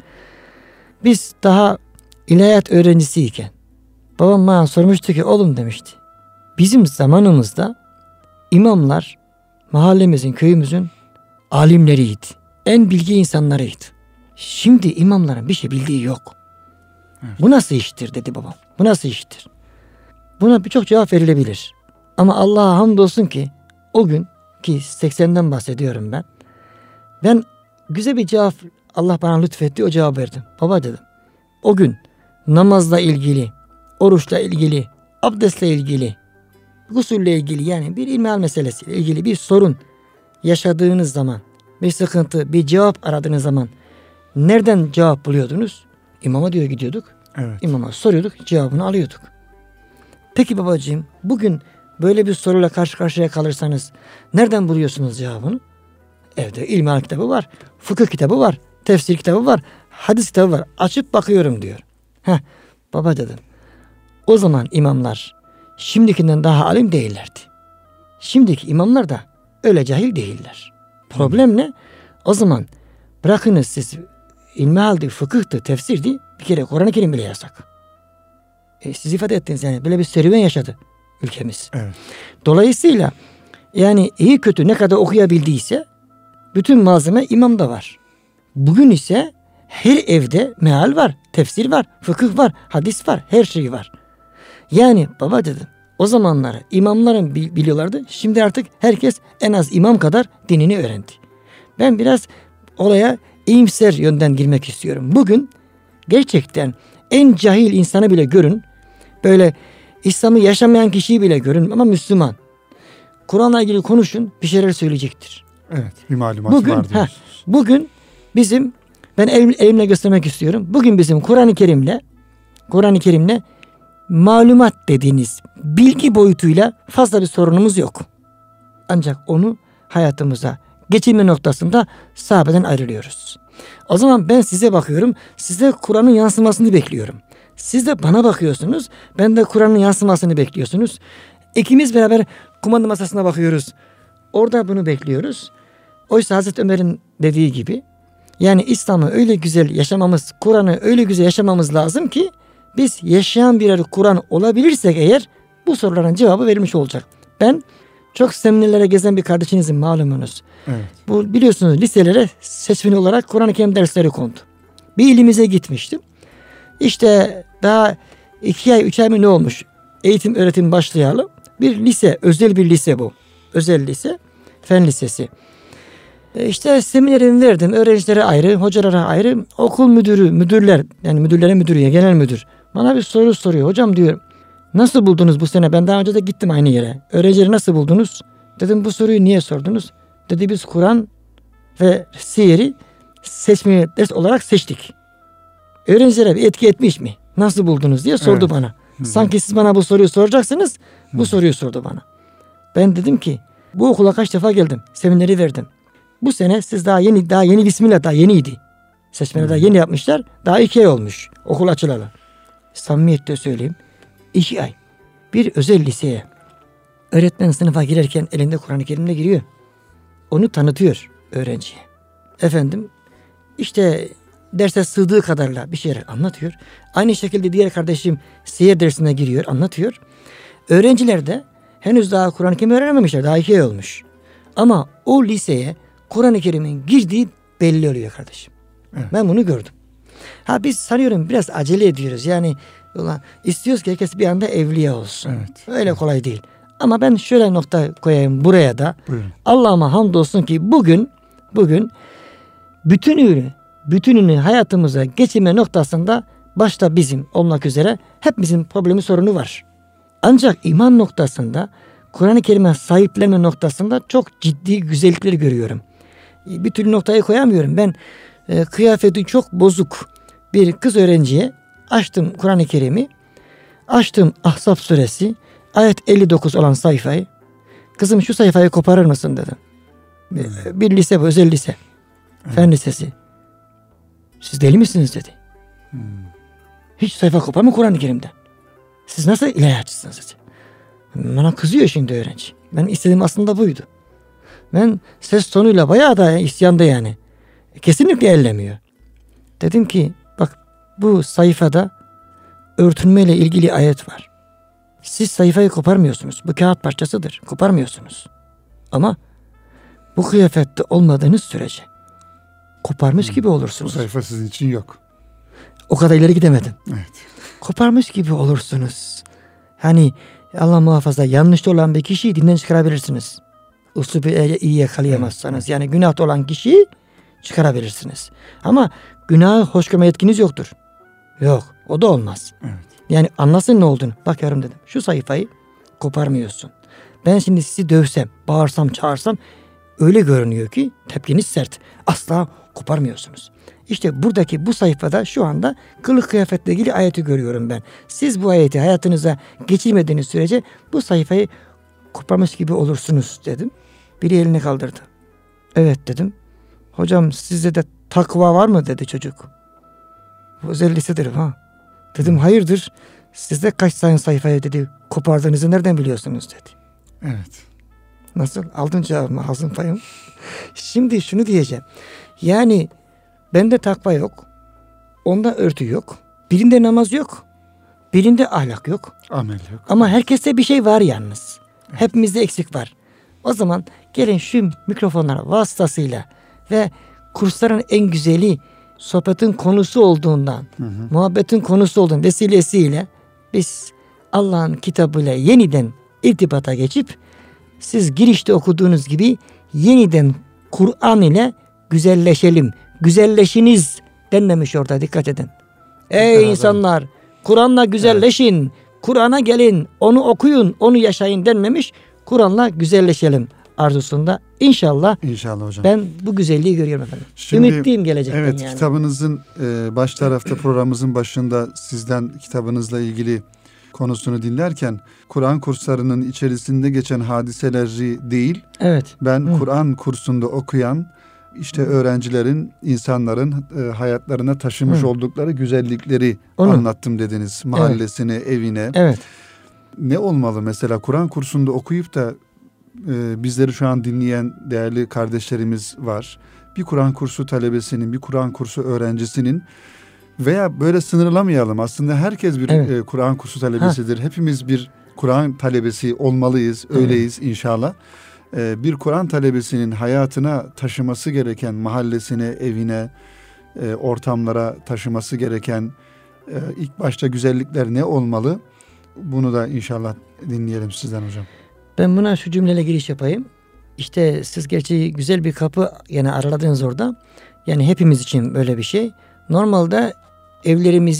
Biz daha ilahiyat öğrencisiyken babam bana sormuştu ki oğlum demişti. Bizim zamanımızda imamlar mahallemizin, köyümüzün alimleriydi. En bilgi insanlarıydı. Şimdi imamların bir şey bildiği yok. Evet. Bu nasıl iştir dedi babam. Bu nasıl iştir? Buna birçok cevap verilebilir. Ama Allah'a hamdolsun ki o gün ki 80'den bahsediyorum ben. Ben güzel bir cevap Allah bana lütfetti, o cevap verdim. Baba dedim. O gün namazla ilgili, oruçla ilgili, abdestle ilgili, gusülle ilgili yani bir ilmihal meselesiyle ilgili bir sorun yaşadığınız zaman, bir sıkıntı, bir cevap aradığınız zaman nereden cevap buluyordunuz? İmama diyor gidiyorduk. Evet. İmama soruyorduk, cevabını alıyorduk. Peki babacığım bugün böyle bir soruyla karşı karşıya kalırsanız nereden buluyorsunuz cevabını? Evde ilmihal kitabı var, fıkıh kitabı var, tefsir kitabı var, hadis kitabı var. Açıp bakıyorum diyor. Baba dedim. O zaman imamlar şimdikinden daha alim değillerdi. Şimdiki imamlar da öyle cahil değiller. Problem ne? O zaman bırakınız siz ilmihaldi, fıkıhtı, tefsirdi. Bir kere Kur'an-ı Kerim bile yasak. Siz ifade ettiniz yani böyle bir serüven yaşadı ülkemiz. Evet. Dolayısıyla yani iyi kötü ne kadar okuyabildiyse bütün malzeme imamda var. Bugün ise her evde meal var, tefsir var, fıkıh var, hadis var, her şey var. Yani baba dedim o zamanlar imamların biliyorlardı. Şimdi artık herkes en az imam kadar dinini öğrendi. Ben biraz olaya iyimser yönden girmek istiyorum. Bugün gerçekten en cahil insanı bile görün. Böyle İslam'ı yaşamayan kişiyi bile görün ama Müslüman. Kur'an'la ilgili konuşun bir şeyler söyleyecektir. Evet, bir malumat var diyorsunuz. Bugün bizim ben elimle göstermek istiyorum. Bugün bizim Kur'an-ı Kerim'le malumat dediğiniz bilgi boyutuyla fazla bir sorunumuz yok. Ancak onu hayatımıza geçirme noktasında sahabeden ayrılıyoruz. O zaman ben size bakıyorum. Size Kur'an'ın yansımasını bekliyorum. Siz de bana bakıyorsunuz. Ben de Kur'an'ın yansımasını bekliyorsunuz. İkimiz beraber kumanda masasına bakıyoruz. Orada bunu bekliyoruz. Oysa Hazreti Ömer'in dediği gibi yani İslam'ı öyle güzel yaşamamız, Kur'an'ı öyle güzel yaşamamız lazım ki biz yaşayan birer Kur'an olabilirsek eğer bu soruların cevabı verilmiş olacak. Ben çok seminerlere gezen bir kardeşinizim malumunuz. Evet. Bu biliyorsunuz liselere seçmeli olarak Kur'an-ı Kerim dersleri kondu. Bir ilimize gitmiştim. İşte daha 2 ay 3 ay mı ne olmuş eğitim öğretim başlayalı. Bir lise, özel bir lise bu. Özel lise, fen lisesi. İşte seminerimi verdim. Öğrencilere ayrı, hocalara ayrı. Okul müdürler yani müdürlere müdürüye, genel müdür. Bana bir soru soruyor. Hocam diyor nasıl buldunuz bu sene? Ben daha önce de gittim aynı yere. Öğrencileri nasıl buldunuz? Dedim bu soruyu niye sordunuz? Dedi biz Kur'an ve siyeri seçmeli ders olarak seçtik. Öğrencilere bir etki etmiş mi? Nasıl buldunuz diye sordu Evet. bana. Sanki siz bana bu soruyu soracaksınız. Bu soruyu sordu bana. Ben dedim ki bu okula kaç defa geldim. Semineri verdim. Bu sene siz daha yeni bismillah daha yeniydi. Seçmeni daha yeni yapmışlar. Daha 2 ay olmuş okul açılalı. Samimiyetle söyleyeyim. 2 ay. Bir özel liseye öğretmen sınıfa girerken elinde Kur'an-ı Kerim'le giriyor. Onu tanıtıyor öğrenciye. Efendim işte derse sığdığı kadarla bir şeyler anlatıyor. Aynı şekilde diğer kardeşim siyer dersine giriyor, anlatıyor. Öğrenciler de henüz daha Kur'an-ı Kerim öğrenememişler. Daha 2 ay olmuş. Ama o liseye Kur'an-ı Kerim'in girdiği belli oluyor kardeşim. Evet. Ben bunu gördüm. Biz sanıyorum biraz acele ediyoruz. Yani istiyoruz ki herkes bir anda evliya olsun. Evet. Öyle kolay değil. Ama ben şöyle nokta koyayım buraya da. Buyurun. Allah'ıma hamdolsun ki bugün bütününü hayatımıza geçirme noktasında başta bizim olmak üzere hepimizin problemi sorunu var. Ancak iman noktasında Kur'an-ı Kerim'e sahiplenme noktasında çok ciddi güzellikleri görüyorum. Bir türlü noktayı koyamıyorum. Ben kıyafeti çok bozuk bir kız öğrenciye açtım Kur'an-ı Kerim'i. Açtım Ahzab suresi ayet 59 olan sayfayı. Kızım şu sayfayı koparır mısın dedim. Bir lise bu, özel lise. Fen lisesi. Siz deli misiniz dedi. Hiç sayfa kopar mı Kur'an-ı Kerim'den? Siz nasıl ilahiyatçısınız dedi. Bana kızıyor şimdi öğrenci. Ben istediğim aslında buydu. Ben ses tonuyla bayağı da isyanda yani. Kesinlikle ellemiyor. Dedim ki bak bu sayfada örtünmeyle ilgili ayet var. Siz sayfayı koparmıyorsunuz. Bu kağıt parçasıdır. Koparmıyorsunuz. Ama bu kıyafette olmadığınız sürece koparmış gibi olursunuz. Bu sayfa sizin için yok. O kadar ileri gidemedim. Evet. Koparmış gibi olursunuz. Hani Allah muhafaza yanlışta olan bir kişiyi dinden çıkarabilirsiniz. Usubu iyi yakalayamazsanız. Yani günahta olan kişiyi çıkarabilirsiniz. Ama günahı hoş görme yetkiniz yoktur. Yok. O da olmaz. Evet. Yani anlasın ne olduğunu. Bak yavrum dedim. Şu sayfayı koparmıyorsun. Ben şimdi sizi dövsem, bağırsam, çağırsam öyle görünüyor ki tepkiniz sert. Asla koparmıyorsunuz. İşte buradaki bu sayfada şu anda kılık kıyafetle ilgili ayeti görüyorum ben. Siz bu ayeti hayatınıza geçirmediğiniz sürece bu sayfayı koparmış gibi olursunuz dedim. Biri elini kaldırdı. Evet dedim. Hocam sizde de takva var mı dedi çocuk. Bu özel lisedir ha. Dedim hayırdır? Sizde kaç tane sayfayı dedi kopardığınızı nereden biliyorsunuz dedi. Evet. Nasıl? Aldın cevabımı, ağzın payım. Şimdi şunu diyeceğim. Yani bende takva yok. Onda örtü yok. Birinde namaz yok. Birinde ahlak yok. Amel yok. Ama herkeste bir şey var yalnız. Evet. Hepimizde eksik var. O zaman gelin şu mikrofonlar vasıtasıyla ve kursların en güzeli sohbetin konusu olduğundan, muhabbetin konusu olduğundan vesilesiyle biz Allah'ın kitabıyla yeniden irtibata geçip siz girişte okuduğunuz gibi yeniden Kur'an ile güzelleşelim. Güzelleşiniz denmemiş orada, dikkat edin. Ey insanlar, Kur'an'la güzelleşin. Evet. Kur'an'a gelin, onu okuyun, onu yaşayın denmemiş. Kur'an'la güzelleşelim arzusunda. İnşallah hocam. Ben bu güzelliği görüyorum efendim. Şimdi, ümitliyim gelecekten evet, yani. Kitabınızın baş tarafta programımızın başında sizden kitabınızla ilgili konusunu dinlerken Kur'an kurslarının içerisinde geçen hadiseleri değil, evet. Ben Kur'an kursunda okuyan işte öğrencilerin, insanların hayatlarına taşımış oldukları güzellikleri anlattım dediniz. Mahallesine, evine. Evet. Ne olmalı mesela Kur'an kursunda okuyup da bizleri şu an dinleyen değerli kardeşlerimiz var. Bir Kur'an kursu talebesinin, bir Kur'an kursu öğrencisinin veya böyle sınırlamayalım. Aslında herkes bir Kur'an kursu talebesidir. Hepimiz bir Kur'an talebesi olmalıyız, öyleyiz inşallah. Bir Kur'an talebesinin hayatına taşıması gereken, mahallesine, evine, ortamlara taşıması gereken ilk başta güzellikler ne olmalı? Bunu da inşallah dinleyelim sizden hocam. Ben buna şu cümleyle giriş yapayım. İşte siz gerçi güzel bir kapı yani araladınız orada. Yani hepimiz için böyle bir şey. Normalde evlerimizi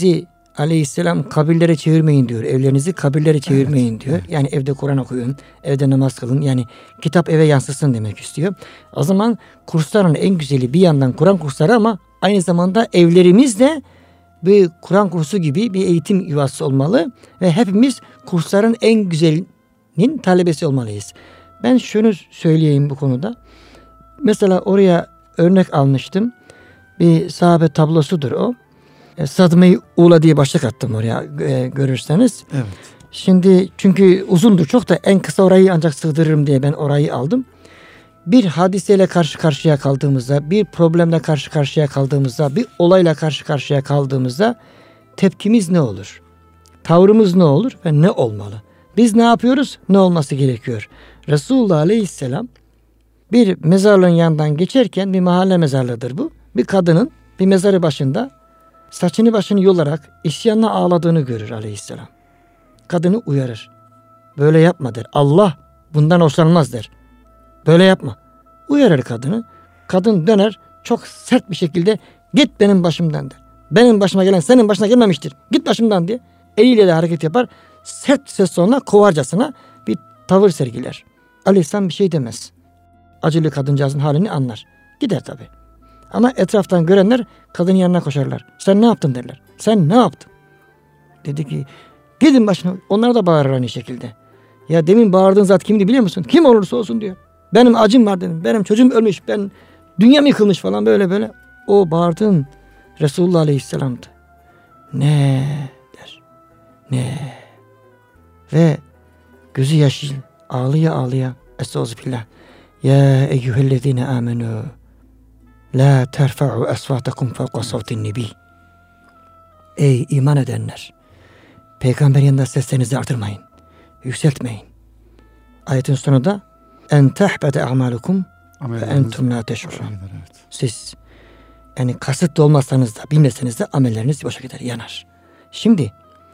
Aleyhisselam kabirlere çevirmeyin diyor. Evlerinizi kabirlere çevirmeyin diyor. Yani evde Kur'an okuyun, evde namaz kılın. Yani kitap eve yansısın demek istiyor. O zaman kursların en güzeli bir yandan Kur'an kursları ama aynı zamanda evlerimiz de bir Kur'an kursu gibi bir eğitim yuvası olmalı. Ve hepimiz kursların en güzelinin talebesi olmalıyız. Ben şunu söyleyeyim bu konuda. Mesela oraya örnek almıştım. Bir sahabe tablosudur o. Sadme-i Ula diye başlık attım oraya görürseniz. Evet. Şimdi çünkü uzundur çok da en kısa orayı ancak sığdırırım diye ben orayı aldım. Bir hadiseyle karşı karşıya kaldığımızda, bir problemle karşı karşıya kaldığımızda, bir olayla karşı karşıya kaldığımızda tepkimiz ne olur? Tavrımız ne olur ve ne olmalı? Biz ne yapıyoruz? Ne olması gerekiyor? Resulullah Aleyhisselam bir mezarlığın yanından geçerken, bir mahalle mezarlığıdır bu. Bir kadının bir mezarı başında saçını başını yolarak isyanla ağladığını görür Aleyhisselam. Kadını uyarır. Böyle yapma der. Allah bundan hoşlanmaz der. Böyle yapma. Uyarır kadını. Kadın döner çok sert bir şekilde git benim başımdan der. Benim başıma gelen senin başına gelmemiştir. Git başımdan diye eliyle de hareket yapar. Sert ses sonuna kovarcasına bir tavır sergiler. Aleyhisselam bir şey demez. Acılı kadıncağızın halini anlar. Gider tabii. Ama etraftan görenler kadının yanına koşarlar. Sen ne yaptın derler. Sen ne yaptın? Dedi ki gidin başına. Onlar da bağırır aynı şekilde. Ya demin bağırdığın zat kimdi biliyor musun? Kim olursa olsun diyor. Benim acım var dedim. Benim çocuğum ölmüş. Dünyam yıkılmış falan böyle. O bağırdığın Resulullah Aleyhisselam'dı. Ne der. Ne. Ve gözü yaşlı ağlıya Estağfirullah. Ya eyyühellezine amenu la terfa'u asvatakum fevqa savtin nebi. Ey iman edenler. Peygamber yanında seslerinizi artırmayın. Yükseltmeyin. Ayetin sonunda en tehbete a'malukum ve entum la teş'urun. Siz yani kasıtlı olmazsanız da bilmeseniz de amelleriniz boşa gider, yanar. Şimdi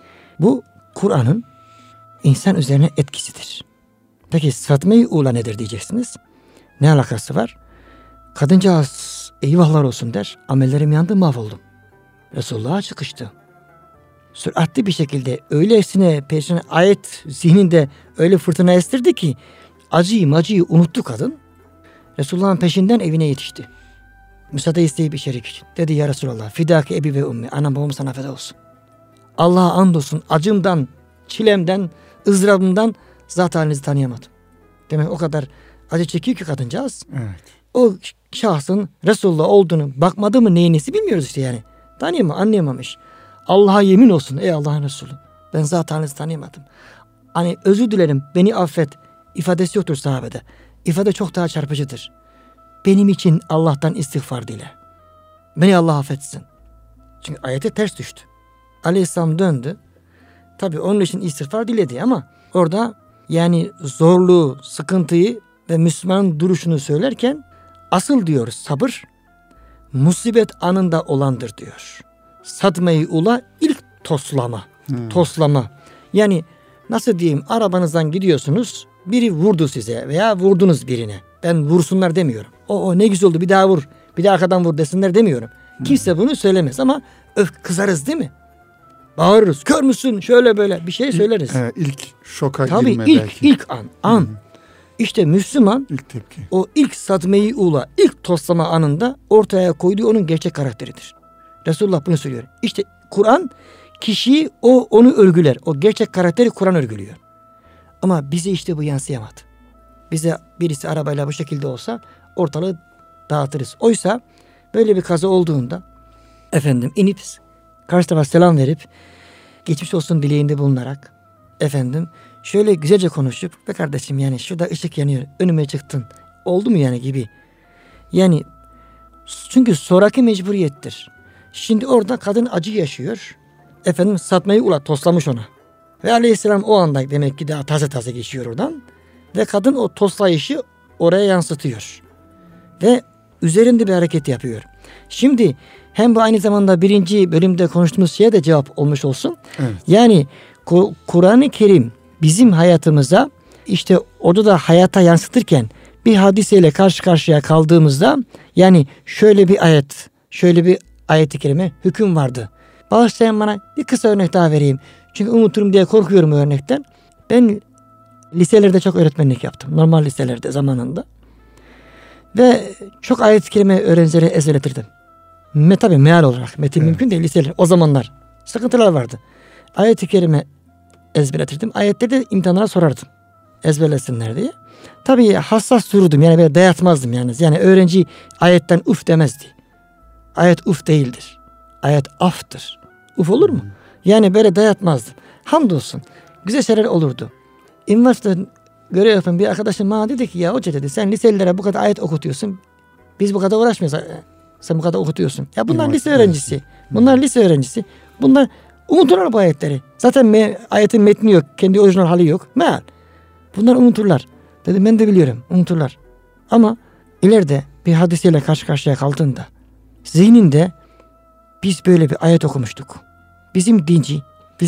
bu Kur'an'ın insan üzerine etkisidir. Peki Sadme-i Ula nedir diyeceksiniz. Ne alakası var? Kadıncağız eyvahlar olsun der. Amellerim yandı, mahvoldum. Resulullah'a çıkıştı. Süratli bir şekilde öylesine peşine ayet zihninde öyle fırtına estirdi ki acıyı unuttu kadın. Resulullah'ın peşinden evine yetişti. Müsaade isteyip içeri için. Dedi ya Resulallah fidâki ebi ve ummi. Anam babam sana feda olsun. Allah'a andolsun acımdan, çilemden, ızdırabımdan zat halinizi tanıyamadım. Demek o kadar acı çekiyor ki kadıncağız. Evet. O şahsın Resulullah olduğunu bakmadı mı neyin nesi bilmiyoruz işte yani. Anlayamamış. Allah'a yemin olsun ey Allah'ın Resulü. Ben zat halinizi tanıyamadım. Hani özür dilerim beni affet ifadesi yoktur sahabede. İfade çok daha çarpıcıdır. Benim için Allah'tan istiğfar dile. Beni Allah affetsin. Çünkü ayete ters düştü. Aleyhisselam döndü. Tabii onun için istiğfar diledi ama orada yani zorluğu, sıkıntıyı ve Müslümanın duruşunu söylerken asıl diyor sabır musibet anında olandır diyor. Sadme-i Ula ilk toslama. Toslama. Yani nasıl diyeyim arabanızdan gidiyorsunuz biri vurdu size veya vurdunuz birine. Ben vursunlar demiyorum. O ne güzel oldu bir daha vur. Bir de arkadan vur desinler demiyorum. Kimse bunu söylemez ama kızarız değil mi? Bağırırız. Kör müsün? Şöyle böyle bir şey söyleriz. İlk şoka tabii girme belki. ilk an. İşte Müslüman ilk tepki. O ilk Sadme-i Ula, ilk toslama anında ortaya koyduğu onun gerçek karakteridir. Resulullah bunu söylüyor. İşte Kur'an kişiyi onu örgüler. O gerçek karakteri Kur'an örgülüyor. Ama bize işte bu yansıyamadı. Bize birisi arabayla bu şekilde olsa ortalığı dağıtırız. Oysa böyle bir kaza olduğunda inip karşı tarafa selam verip geçmiş olsun dileğinde bulunarak şöyle güzelce konuşup be kardeşim yani şurada ışık yanıyor önüme çıktın oldu mu yani gibi. Yani çünkü sonraki mecburiyettir. Şimdi orada kadın acı yaşıyor. Sadme-i Ula toslamış ona. Ve Aleyhisselam o anda demek ki daha taze geçiyor oradan. Ve kadın o toslayışı oraya yansıtıyor. Ve üzerinde bir hareket yapıyor. Şimdi hem bu aynı zamanda birinci bölümde konuştuğumuz şeye de cevap olmuş olsun. Evet. Yani Kur'an-ı Kerim bizim hayatımıza işte orada da hayata yansıtırken bir hadiseyle karşı karşıya kaldığımızda yani şöyle bir ayet-i kerime hüküm vardı. Bağışlayan bana bir kısa örnek daha vereyim. Çünkü unuturum diye korkuyorum o örnekten. Ben liselerde çok öğretmenlik yaptım. Normal liselerde zamanında. Ve çok ayet-i kerime öğrencilere ezberletirdim. Tabii meal olarak. Metin mümkün değil liseler. O zamanlar sıkıntılar vardı. Ayet-i kerime ezberletirdim. Ayetleri de imtihanlara sorardım. Ezberlesinler diye. Tabii hassas dururdum. Yani böyle dayatmazdım yalnız. Yani öğrenci ayetten uf demezdi. Ayet uf değildir. Ayet aftır. Uf olur mu? Yani böyle dayatmazdım. Hamdolsun. Güzel şeyler olurdu. Üniversitede görev yapan bir arkadaşım bana dedi ki ya hoca dedi sen liselilere bu kadar ayet okutuyorsun. Biz bu kadar uğraşmıyoruz. Sen bu kadar okutuyorsun. Ya bunlar lise öğrencisi. Bunlar lise öğrencisi. Bunlar unuturlar bu ayetleri. Zaten ayetin metni yok. Kendi orijinal hali yok. Meal. Bunlar unuturlar. Dedim ben de biliyorum. Unuturlar. Ama ileride bir hadiseyle karşı karşıya kaldığında zihninde biz böyle bir ayet okumuştuk. Bizim dinci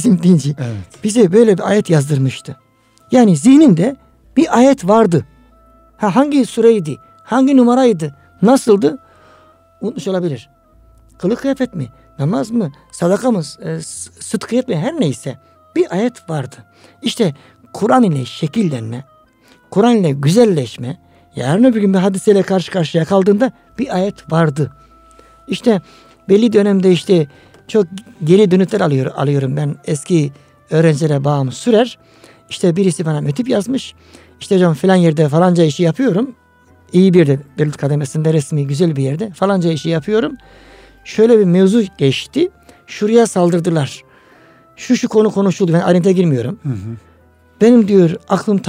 bize böyle bir ayet yazdırmıştı. Yani zihninde bir ayet vardı. Hangi sureydi? Hangi numaraydı? Nasıldı? Unutmuş olabilir. Kılık kıyafet mi? Namaz mı? Sadaka mı? Sıdkiyet mi? Her neyse. Bir ayet vardı. İşte Kur'an ile şekillenme, Kur'an ile güzelleşme, yarın öbür gün bir hadiseyle karşı karşıya kaldığında bir ayet vardı. İşte belli dönemde işte çok geri dönütler alıyorum ben eski öğrencilere bağımı sürer. İşte birisi bana mektup yazmış. İşte hocam filan yerde falanca işi yapıyorum. İyi bir yerde, devlet kademesinde resmi güzel bir yerde falanca işi yapıyorum. Şöyle bir mevzu geçti. Şuraya saldırdılar. Şu konu konuşuldu. Ben ayrıntıya girmiyorum. Hı hı. Benim diyor aklım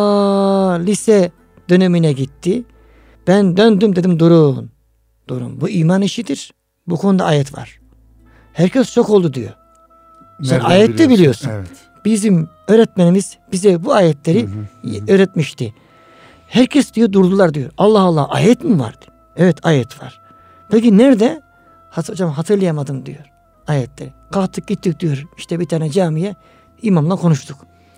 ta lise dönemine gitti. Ben döndüm dedim durun. Bu iman işidir. Bu konuda ayet var. Herkes şok oldu diyor. Sen nereden ayette biliyorsun. Evet. Bizim öğretmenimiz bize bu ayetleri öğretmişti. Herkes diyor durdular diyor. Allah Allah ayet mi var? Evet ayet var. Peki nerede? Hocam hatırlayamadım diyor ayetleri. Kalktık gittik diyor. İşte bir tane camiye imamla konuştuk.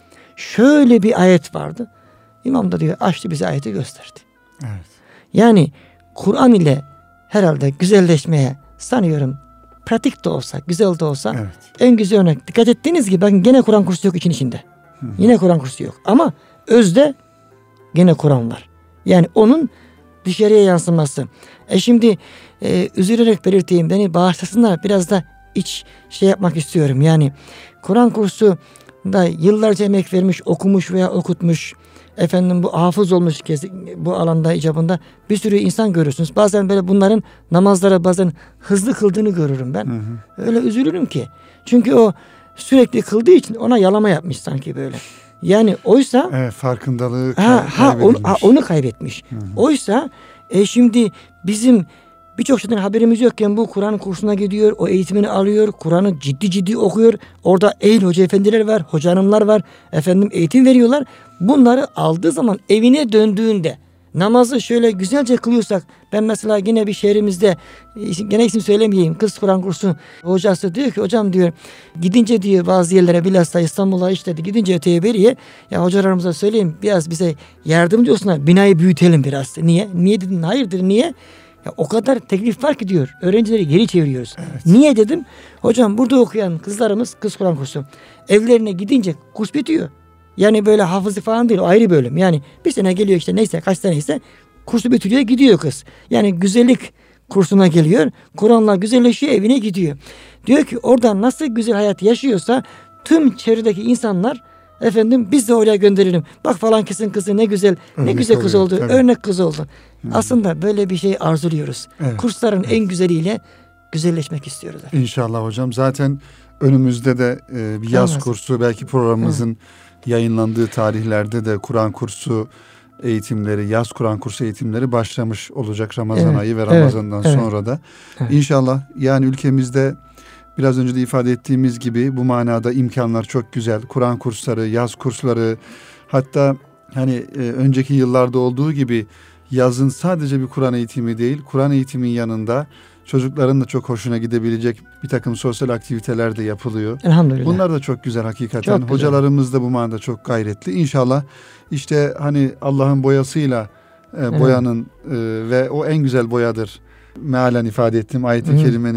Şöyle bir ayet vardı. İmam da diyor açtı bize ayeti gösterdi. Evet. Yani Kur'an ile herhalde güzelleşmeye sanıyorum pratik de olsa, güzel de olsa en güzel örnek. Dikkat ettiğiniz gibi ben gene Kur'an kursu yok için içinde. Yine Kur'an kursu yok. Ama özde gene Kur'an var. Yani onun dışarıya yansıması. Şimdi üzülerek belirteyim beni bağışlasınlar biraz da iç yapmak istiyorum. Yani Kur'an kursu da yıllarca emek vermiş, okumuş veya okutmuş, efendim bu hafız olmuş bu alanda icabında bir sürü insan görürsünüz. Bazen böyle bunların namazlara bazen hızlı kıldığını görürüm ben. Öyle üzülürüm ki. Çünkü o sürekli kıldığı için ona yalama yapmış sanki böyle. Yani oysa farkındalığı kaybetmiş. Onu kaybetmiş. Oysa şimdi bizim birçok şeyden haberimiz yokken bu Kur'an kursuna gidiyor, o eğitimini alıyor, Kur'an'ı ciddi okuyor. Orada ehil hoca efendiler var, hoca hanımlar var, efendim eğitim veriyorlar. Bunları aldığı zaman evine döndüğünde namazı şöyle güzelce kılıyorsak, ben mesela yine bir şehrimizde, gene isim söylemeyeyim, kız Kur'an kursu hocası diyor ki hocam diyor gidince diyor bazı yerlere bilhassa İstanbul'a işte gidince öteye beriye ya hocalarımıza söyleyeyim biraz bize yardımcı olsunlar, binayı büyütelim biraz. Niye? Niye dedim? Hayırdır niye? Ya o kadar teklif var ki diyor. Öğrencileri geri çeviriyoruz. Evet. Niye dedim? Hocam burada okuyan kızlarımız kız Kur'an kursu. Evlerine gidince kurs bitiyor. Yani böyle hafızlık falan değil. O ayrı bölüm. Yani bir sene geliyor işte neyse kaç seneyse kursu bitiriyor gidiyor kız. Yani güzellik kursuna geliyor. Kur'an'la güzelleşiyor evine gidiyor. Diyor ki orada nasıl güzel hayat yaşıyorsa tüm çevredeki insanlar efendim biz de oraya gönderelim. Bak falan kesin kızı ne güzel örnek ne güzel kız oldu. Tabii. Örnek kız oldu. Aslında böyle bir şey arzuluyoruz. Evet. Kursların en güzeliyle güzelleşmek istiyoruz. İnşallah hocam. Zaten önümüzde de bir yaz kursu belki programımızın yayınlandığı tarihlerde de Kur'an kursu eğitimleri, yaz Kur'an kursu eğitimleri başlamış olacak Ramazan ayı ve Ramazan'dan sonra da. Evet. İnşallah yani ülkemizde biraz önce de ifade ettiğimiz gibi bu manada imkanlar çok güzel. Kur'an kursları, yaz kursları, hatta hani önceki yıllarda olduğu gibi yazın sadece bir Kur'an eğitimi değil, Kur'an eğitimin yanında çocukların da çok hoşuna gidebilecek bir takım sosyal aktiviteler de yapılıyor. Elhamdülillah. Bunlar da çok güzel hakikaten. Çok hocalarımız güzel. Da bu manada çok gayretli. İnşallah işte hani Allah'ın boyasıyla boyanın ve o en güzel boyadır. Mealen ifade ettiğim ayet-i kerimenin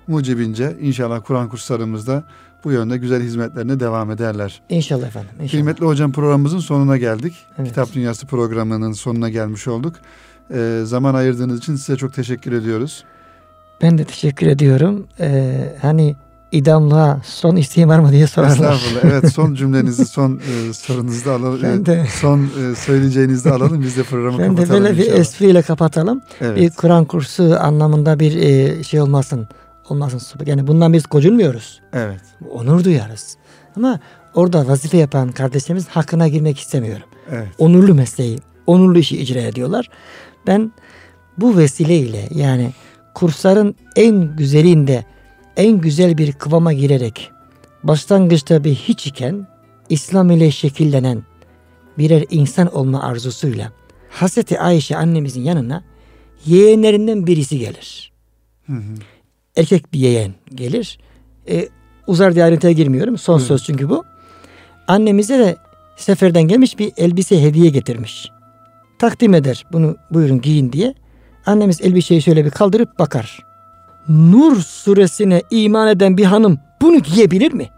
mucibince inşallah Kur'an kurslarımızda bu yönde güzel hizmetlerine devam ederler. İnşallah efendim. İnşallah. Kıymetli hocam, programımızın sonuna geldik. Evet. Kitap Dünyası programının sonuna gelmiş olduk. Zaman ayırdığınız için size çok teşekkür ediyoruz. Ben de teşekkür ediyorum. Hani idamlığa son isteğim var mı diye sorarlar. Estağfurullah. Evet, son cümlenizi, son sorunuzu da alalım. Son söyleyeceğinizi de alalım. Biz de programı ben kapatalım. Ben de böyle bir espriyle kapatalım. Evet. Bir Kur'an kursu anlamında bir şey olmasın. Yani bundan biz gocunmuyoruz. Evet. Onur duyarız. Ama orada vazife yapan kardeşlerimiz hakkına girmek istemiyorum. Evet. Onurlu mesleği, onurlu işi icra ediyorlar. Ben bu vesileyle yani kursların en güzelinde en güzel bir kıvama girerek başlangıçta bir hiç iken İslam ile şekillenen birer insan olma arzusuyla Hazreti Ayşe annemizin yanına yeğenlerinden birisi gelir. Hı hı. Erkek bir yeğen gelir. Uzar diye ayrıntıya girmiyorum. Son söz çünkü bu. Annemize de seferden gelmiş bir elbise hediye getirmiş. Takdim eder, bunu buyurun giyin diye. Annemiz elbiseyi şöyle bir kaldırıp bakar. Nur suresine iman eden bir hanım bunu giyebilir mi?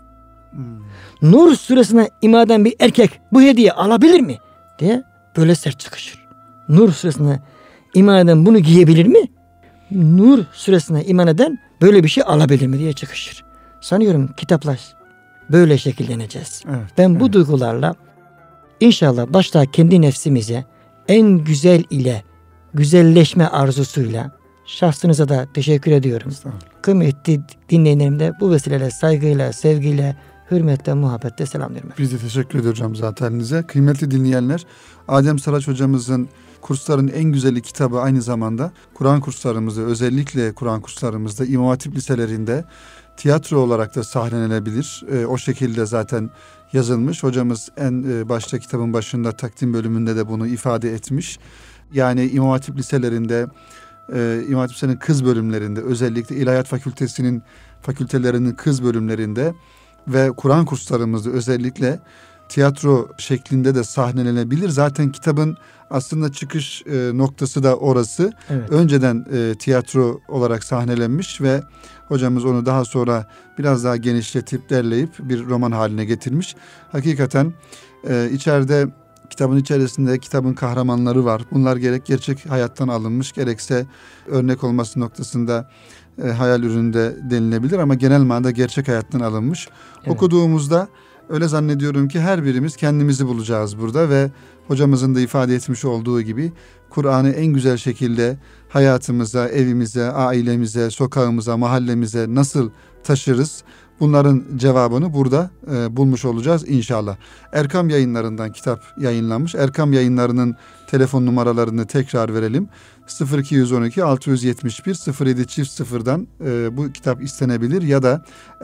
Nur suresine iman eden bir erkek bu hediye alabilir mi? Diye böyle sert çıkışır. Nur suresine iman eden bunu giyebilir mi? Nur suresine iman eden böyle bir şey alabilir mi diye çıkışır. Sanıyorum kitapla böyle şekilleneceğiz. Evet, ben bu duygularla inşallah başta kendi nefsimize en güzel ile güzelleşme arzusuyla şahsınıza da teşekkür ediyorum. Kıymetli dinleyenlerim de bu vesileyle saygıyla, sevgiyle, hürmetle, muhabbetle selamlıyorum. Biz de teşekkür ediyoruz hocam zateninize. Kıymetli dinleyenler, Adem Saraç hocamızın kursların en güzeli kitabı aynı zamanda Kur'an kurslarımızda, özellikle Kur'an kurslarımızda, İmam Hatip liselerinde tiyatro olarak da sahnelenebilir. O şekilde zaten yazılmış. Hocamız en başta kitabın başında takdim bölümünde de bunu ifade etmiş. Yani İmam Hatip liselerinde, İmam Hatip liselerinin kız bölümlerinde, özellikle İlahiyat Fakültesinin fakültelerinin kız bölümlerinde ve Kur'an kurslarımızda özellikle tiyatro şeklinde de sahnelenebilir. Zaten kitabın aslında çıkış noktası da orası. Evet. Önceden tiyatro olarak sahnelenmiş ve hocamız onu daha sonra biraz daha genişletip derleyip bir roman haline getirmiş. Hakikaten içeride, kitabın içerisinde kitabın kahramanları var. Bunlar gerek gerçek hayattan alınmış, gerekse örnek olması noktasında hayal üründe denilebilir ama genel manada gerçek hayattan alınmış. Evet. Okuduğumuzda öyle zannediyorum ki her birimiz kendimizi bulacağız burada ve hocamızın da ifade etmiş olduğu gibi Kur'an'ı en güzel şekilde hayatımıza, evimize, ailemize, sokağımıza, mahallemize nasıl taşırız? Bunların cevabını burada bulmuş olacağız inşallah. Erkam Yayınları'ndan kitap yayınlanmış. Erkam Yayınları'nın telefon numaralarını tekrar verelim. 0212 671 0700'dan bu kitap istenebilir ya da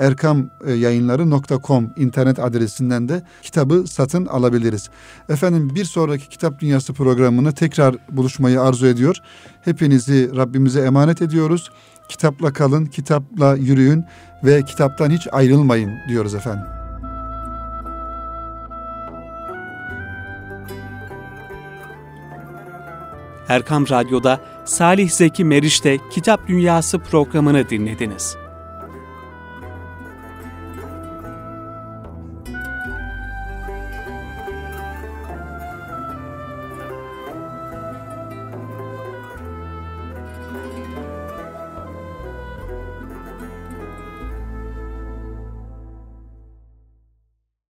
erkamyayınları.com internet adresinden de kitabı satın alabiliriz. Efendim, bir sonraki Kitap Dünyası programını tekrar buluşmayı arzu ediyor. Hepinizi Rabbimize emanet ediyoruz. Kitapla kalın, kitapla yürüyün ve kitaptan hiç ayrılmayın diyoruz efendim. Erkam Radyo'da Salih Zeki Meriç'te Kitap Dünyası programını dinlediniz.